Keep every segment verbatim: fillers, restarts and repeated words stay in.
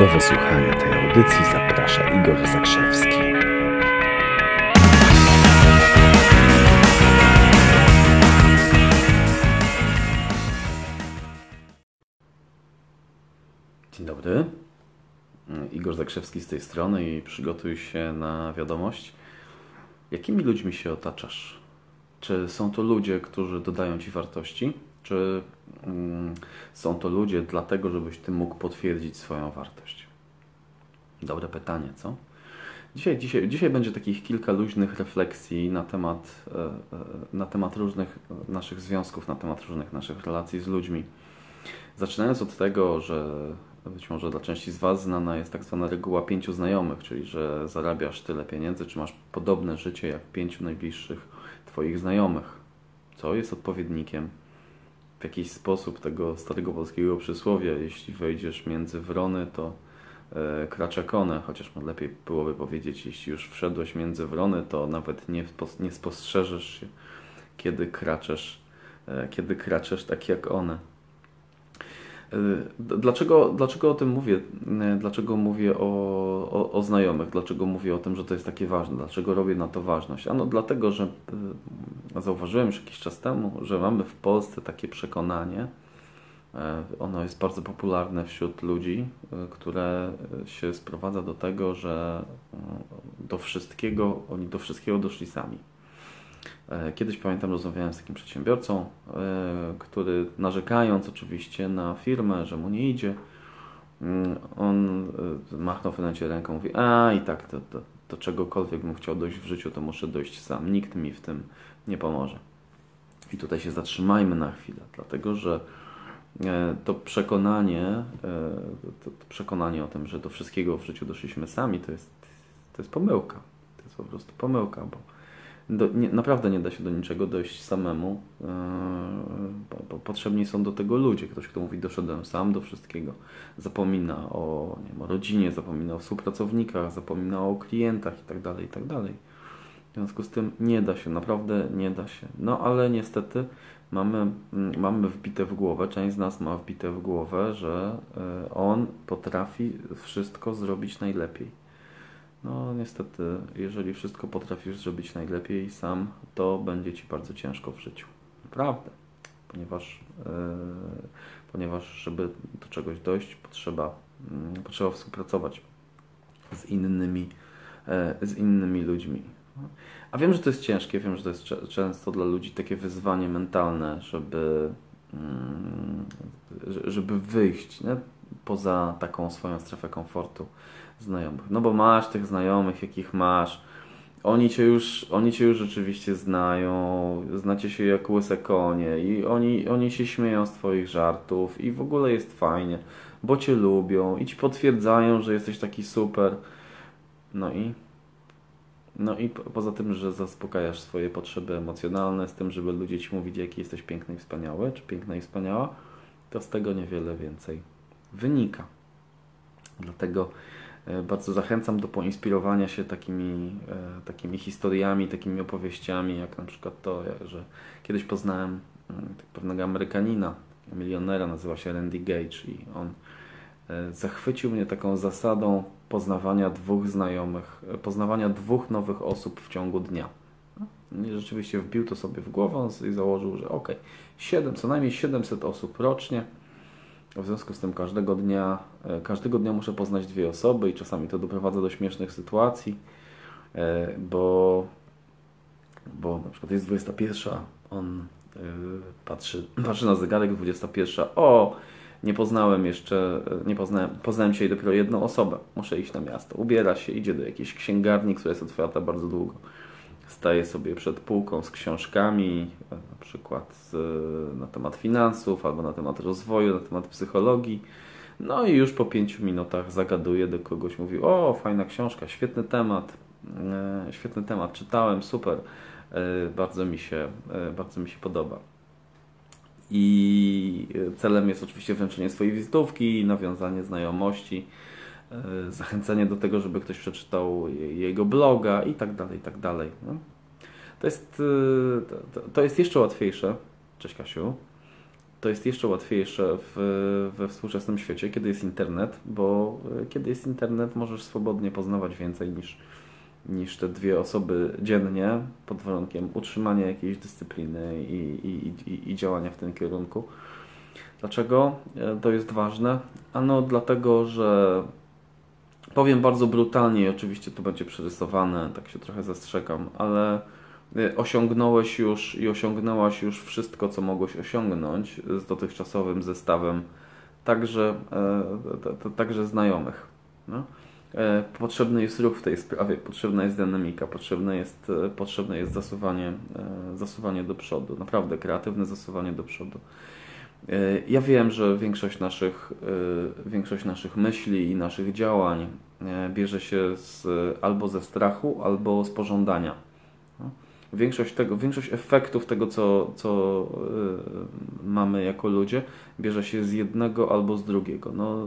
Do wysłuchania tej audycji zaprasza Igor Zakrzewski. Dzień dobry. Igor Zakrzewski z tej strony i przygotuj się na wiadomość. Jakimi ludźmi się otaczasz? Czy są to ludzie, którzy dodają Ci wartości? Czy mm, są to ludzie dlatego, żebyś Ty mógł potwierdzić swoją wartość? Dobre pytanie, co? Dzisiaj, dzisiaj, dzisiaj będzie takich kilka luźnych refleksji na temat, na temat różnych naszych związków, na temat różnych naszych relacji z ludźmi. Zaczynając od tego, że być może dla części z Was znana jest tak zwana reguła pięciu znajomych, czyli że zarabiasz tyle pieniędzy, czy masz podobne życie jak pięciu najbliższych Twoich znajomych, co jest odpowiednikiem w jakiś sposób tego starego polskiego przysłowia: jeśli wejdziesz między wrony, to e, kracze kone, chociaż lepiej byłoby powiedzieć, jeśli już wszedłeś między wrony, to nawet nie, nie spostrzeżesz się, kiedy kraczesz, e, kiedy kraczesz tak jak one. Dlaczego, dlaczego o tym mówię? Dlaczego mówię o, o, o znajomych? Dlaczego mówię o tym, że to jest takie ważne? Dlaczego robię na to ważność? Ano dlatego, że zauważyłem już jakiś czas temu, że mamy w Polsce takie przekonanie, ono jest bardzo popularne wśród ludzi, które się sprowadza do tego, że do wszystkiego, oni do wszystkiego doszli sami. Kiedyś, pamiętam, rozmawiałem z takim przedsiębiorcą, który, narzekając oczywiście na firmę, że mu nie idzie, on machnął w momencie ręką, mówi: a i tak to, to, to czegokolwiek bym chciał dojść w życiu, to muszę dojść sam, nikt mi w tym nie pomoże. I tutaj się zatrzymajmy na chwilę, dlatego że to przekonanie, to, to przekonanie o tym, że do wszystkiego w życiu doszliśmy sami, to jest, to jest pomyłka. To jest po prostu pomyłka, bo Do, nie, naprawdę nie da się do niczego dojść samemu, yy, bo, bo potrzebni są do tego ludzie. Ktoś, kto mówi: doszedłem sam do wszystkiego, zapomina o, nie wiem, o rodzinie, zapomina o współpracownikach, zapomina o klientach itd., itd. W związku z tym nie da się, naprawdę nie da się. No ale niestety mamy, mamy wbite w głowę, część z nas ma wbite w głowę, że yy, on potrafi wszystko zrobić najlepiej. No niestety, jeżeli wszystko potrafisz zrobić najlepiej sam, to będzie Ci bardzo ciężko w życiu. Naprawdę. Ponieważ, yy, ponieważ żeby do czegoś dojść, potrzeba, yy, potrzeba współpracować z innymi, yy, z innymi ludźmi. A wiem, że to jest ciężkie, wiem, że to jest często dla ludzi takie wyzwanie mentalne, żeby, yy, żeby wyjść, nie? Poza taką swoją strefę komfortu znajomych. No bo masz tych znajomych, jakich masz. Oni cię już, oni cię już rzeczywiście znają, znacie się jak łyse konie i oni, oni się śmieją z Twoich żartów i w ogóle jest fajnie, bo Cię lubią i Ci potwierdzają, że jesteś taki super. No i no i po, poza tym, że zaspokajasz swoje potrzeby emocjonalne, z tym, żeby ludzie Ci mówili, jaki jesteś piękny i wspaniały, czy piękna i wspaniała, to z tego niewiele więcej wynika. Dlatego bardzo zachęcam do poinspirowania się takimi, takimi historiami, takimi opowieściami, jak na przykład to, że kiedyś poznałem pewnego Amerykanina, milionera, nazywa się Randy Gage i on zachwycił mnie taką zasadą poznawania dwóch znajomych, poznawania dwóch nowych osób w ciągu dnia. I rzeczywiście wbił to sobie w głowę i założył, że ok, siedem, co najmniej siedemset osób rocznie. W związku z tym każdego dnia, każdego dnia muszę poznać dwie osoby i czasami to doprowadza do śmiesznych sytuacji, bo, bo na przykład jest dwudziesta pierwsza, on patrzy, patrzy na zegarek, dwudziesta pierwsza, o, nie poznałem jeszcze, nie poznałem, poznałem dzisiaj dopiero jedną osobę, muszę iść na miasto, ubiera się, idzie do jakiejś księgarni, która jest otwarta bardzo długo. Staje sobie przed półką z książkami, na przykład z, na temat finansów, albo na temat rozwoju, na temat psychologii. No i już po pięciu minutach zagaduje do kogoś, mówi: o, fajna książka, świetny temat, e, świetny temat, czytałem, super, e, bardzo mi się, e, bardzo mi się podoba. I celem jest oczywiście wręczenie swojej wizytówki, nawiązanie znajomości, zachęcenie do tego, żeby ktoś przeczytał jego bloga i tak dalej, i tak dalej. No. To jest, to, to jest jeszcze łatwiejsze, cześć Kasiu, to jest jeszcze łatwiejsze w, we współczesnym świecie, kiedy jest internet, bo kiedy jest internet, możesz swobodnie poznawać więcej niż, niż te dwie osoby dziennie, pod warunkiem utrzymania jakiejś dyscypliny i, i, i, i działania w tym kierunku. Dlaczego to jest ważne? Ano dlatego, że powiem bardzo brutalnie i oczywiście to będzie przerysowane, tak się trochę zastrzegam, ale osiągnąłeś już i osiągnęłaś już wszystko, co mogłeś osiągnąć z dotychczasowym zestawem także, e, także znajomych. No? E, potrzebny jest ruch w tej sprawie, potrzebna jest dynamika, potrzebne jest, potrzebne jest zasuwanie, e, zasuwanie do przodu, naprawdę kreatywne zasuwanie do przodu. Ja wiem, że większość naszych, większość naszych myśli i naszych działań bierze się z, albo ze strachu, albo z pożądania. Większość tego, większość efektów tego, co, co mamy jako ludzie, bierze się z jednego albo z drugiego. No,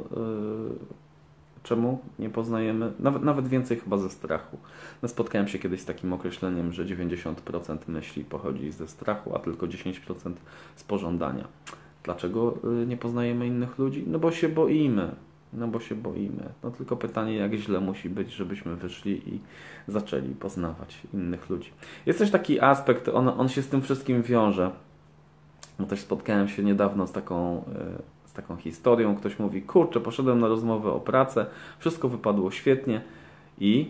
czemu nie poznajemy? Nawet, nawet więcej chyba ze strachu. No, spotkałem się kiedyś z takim określeniem, że dziewięćdziesiąt procent myśli pochodzi ze strachu, a tylko dziesięć procent z pożądania. Dlaczego nie poznajemy innych ludzi? No bo się boimy. No bo się boimy. No tylko pytanie, jak źle musi być, żebyśmy wyszli i zaczęli poznawać innych ludzi. Jest też taki aspekt, on, on się z tym wszystkim wiąże. Bo też spotkałem się niedawno z taką, z taką historią. Ktoś mówi, kurczę, poszedłem na rozmowę o pracę, wszystko wypadło świetnie i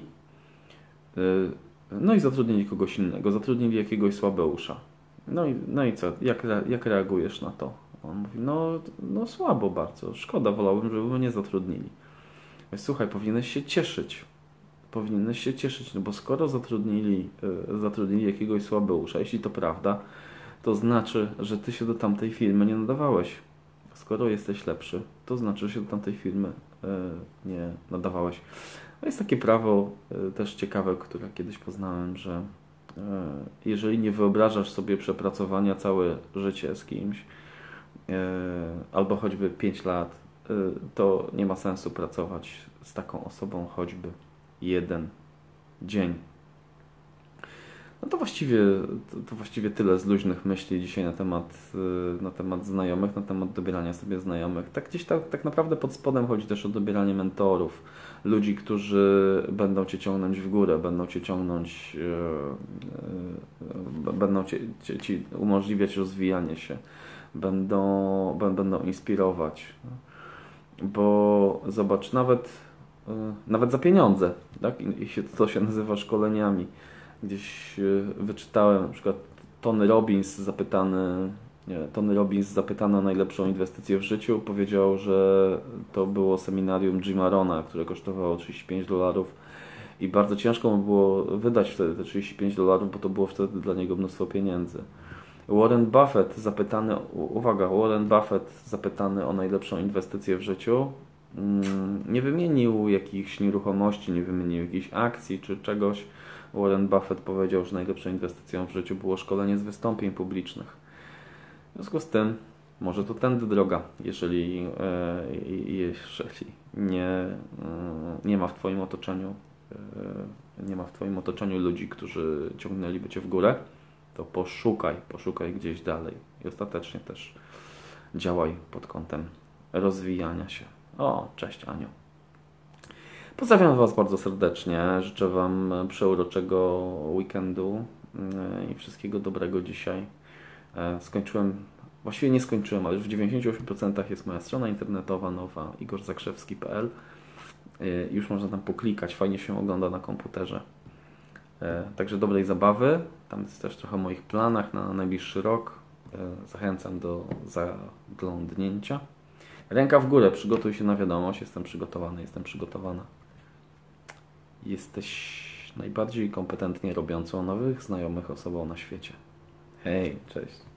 no i zatrudnili kogoś innego, zatrudnili jakiegoś słabeusza. No i, no i co? Jak, jak reagujesz na to? On mówi, no, no słabo bardzo, szkoda, wolałbym, żeby mnie nie zatrudnili. Więc słuchaj, powinieneś się cieszyć. Powinieneś się cieszyć, no bo skoro zatrudnili, y, zatrudnili jakiegoś słabeusza, jeśli to prawda, to znaczy, że ty się do tamtej firmy nie nadawałeś. Skoro jesteś lepszy, to znaczy, że się do tamtej firmy y, nie nadawałeś. No jest takie prawo y, też ciekawe, które kiedyś poznałem, że y, jeżeli nie wyobrażasz sobie przepracowania całe życie z kimś, albo choćby pięć lat, to nie ma sensu pracować z taką osobą choćby jeden dzień. No to właściwie, to, to właściwie tyle z luźnych myśli dzisiaj na temat, na temat znajomych, na temat dobierania sobie znajomych. Tak gdzieś tak, tak naprawdę pod spodem chodzi też o dobieranie mentorów, ludzi, którzy będą Cię ciągnąć w górę, będą Cię ciągnąć, yy, yy, będą Ci, ci, ci umożliwiać rozwijanie się. Będą, będą inspirować. Bo zobacz, nawet, nawet za pieniądze, tak? I się, to się nazywa szkoleniami. Gdzieś wyczytałem na przykład Tony Robbins zapytany, nie, Tony Robbins zapytany o najlepszą inwestycję w życiu, powiedział, że to było seminarium Jima Rona, które kosztowało trzydzieści pięć dolarów i bardzo ciężko mu było wydać wtedy te trzydzieści pięć dolarów, bo to było wtedy dla niego mnóstwo pieniędzy. Warren Buffett zapytany, uwaga, Warren Buffett zapytany o najlepszą inwestycję w życiu, nie wymienił jakichś nieruchomości, nie wymienił jakichś akcji czy czegoś. Warren Buffett powiedział, że najlepszą inwestycją w życiu było szkolenie z wystąpień publicznych. W związku z tym, może to tędy droga, jeżeli, jeżeli nie, nie ma w Twoim otoczeniu, nie ma w Twoim otoczeniu ludzi, którzy ciągnęliby Cię w górę, to poszukaj, poszukaj gdzieś dalej i ostatecznie też działaj pod kątem rozwijania się. O, cześć Aniu. Pozdrawiam Was bardzo serdecznie, życzę Wam przeuroczego weekendu i wszystkiego dobrego dzisiaj. Skończyłem, właściwie nie skończyłem, ale już w dziewięćdziesięciu ośmiu procentach jest moja strona internetowa nowa, igor zakrzewski kropka p l. Już można tam poklikać, fajnie się ogląda na komputerze. Także dobrej zabawy. Tam jest też trochę o moich planach na najbliższy rok. Zachęcam do zaglądnięcia. Ręka w górę, przygotuj się na wiadomość. Jestem przygotowany, jestem przygotowana. Jesteś najbardziej kompetentnie robiącą nowych znajomych osobą na świecie. Hej, cześć.